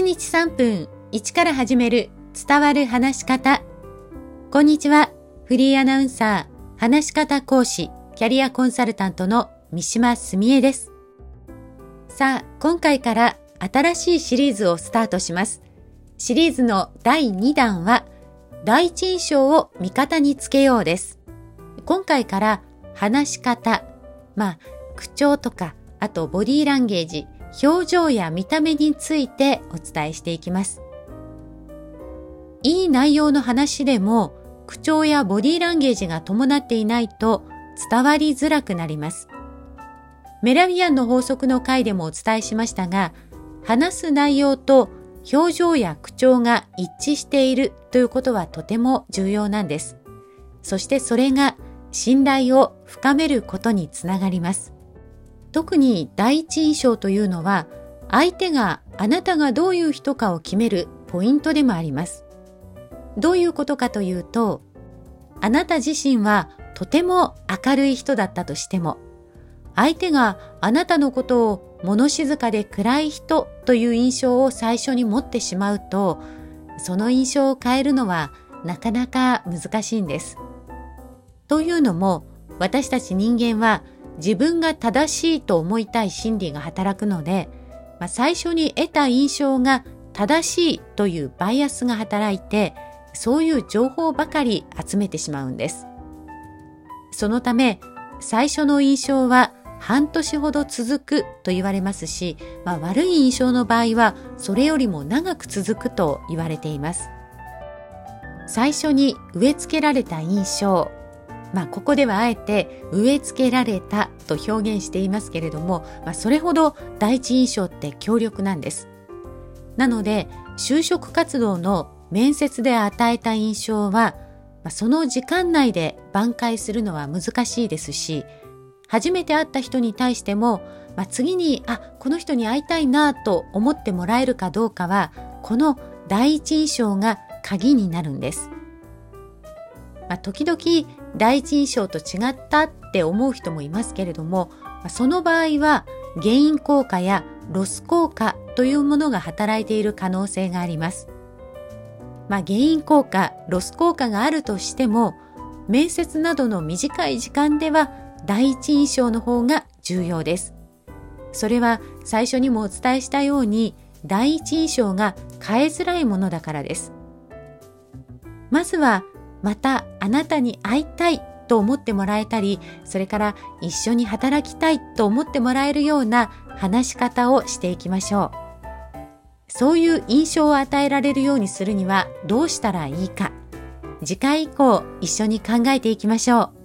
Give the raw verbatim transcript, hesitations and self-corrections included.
ちにちさんぷん、一から始める伝わる話し方。こんにちは。フリーアナウンサー、話し方講師、キャリアコンサルタントの三島澄江です。さあ、今回から新しいシリーズをスタートします。シリーズのだいにだんは、第一印象を味方につけようです。今回から話し方、まあ、口調とか、あとボディーランゲージ、表情や見た目についてお伝えしていきます。いい内容の話でも、口調やボディーランゲージが伴っていないと伝わりづらくなります。メラビアンの法則の回でもお伝えしましたが、話す内容と表情や口調が一致しているということはとても重要なんです。そしてそれが信頼を深めることにつながります。特に第一印象というのは、相手があなたがどういう人かを決めるポイントでもあります。どういうことかというと、あなた自身はとても明るい人だったとしても、相手があなたのことを物静かで暗い人という印象を最初に持ってしまうと、その印象を変えるのはなかなか難しいんです。というのも、私たち人間は自分が正しいと思いたい心理が働くので、まあ、最初に得た印象が正しいというバイアスが働いて、そういう情報ばかり集めてしまうんです。そのため、最初の印象は半年ほど続くと言われますし、まあ、悪い印象の場合はそれよりも長く続くと言われています。最初に植え付けられた印象、まあ、ここではあえて植え付けられたと表現していますけれども、まあ、それほど第一印象って強力なんです。なので、就職活動の面接で与えた印象は、まあ、その時間内で挽回するのは難しいですし、初めて会った人に対しても、まあ、次に、あ、この人に会いたいなと思ってもらえるかどうかは、この第一印象が鍵になるんです。まあ、時々第一印象と違ったって思う人もいますけれども、その場合はゲイン効果やロス効果というものが働いている可能性があります。まあ、ゲイン効果、ロス効果があるとしても、面接などの短い時間では第一印象の方が重要です。それは最初にもお伝えしたように、第一印象が変えづらいものだからです。まずはまたあなたに会いたいと思ってもらえたり、それから一緒に働きたいと思ってもらえるような話し方をしていきましょう。そういう印象を与えられるようにするにはどうしたらいいか、次回以降一緒に考えていきましょう。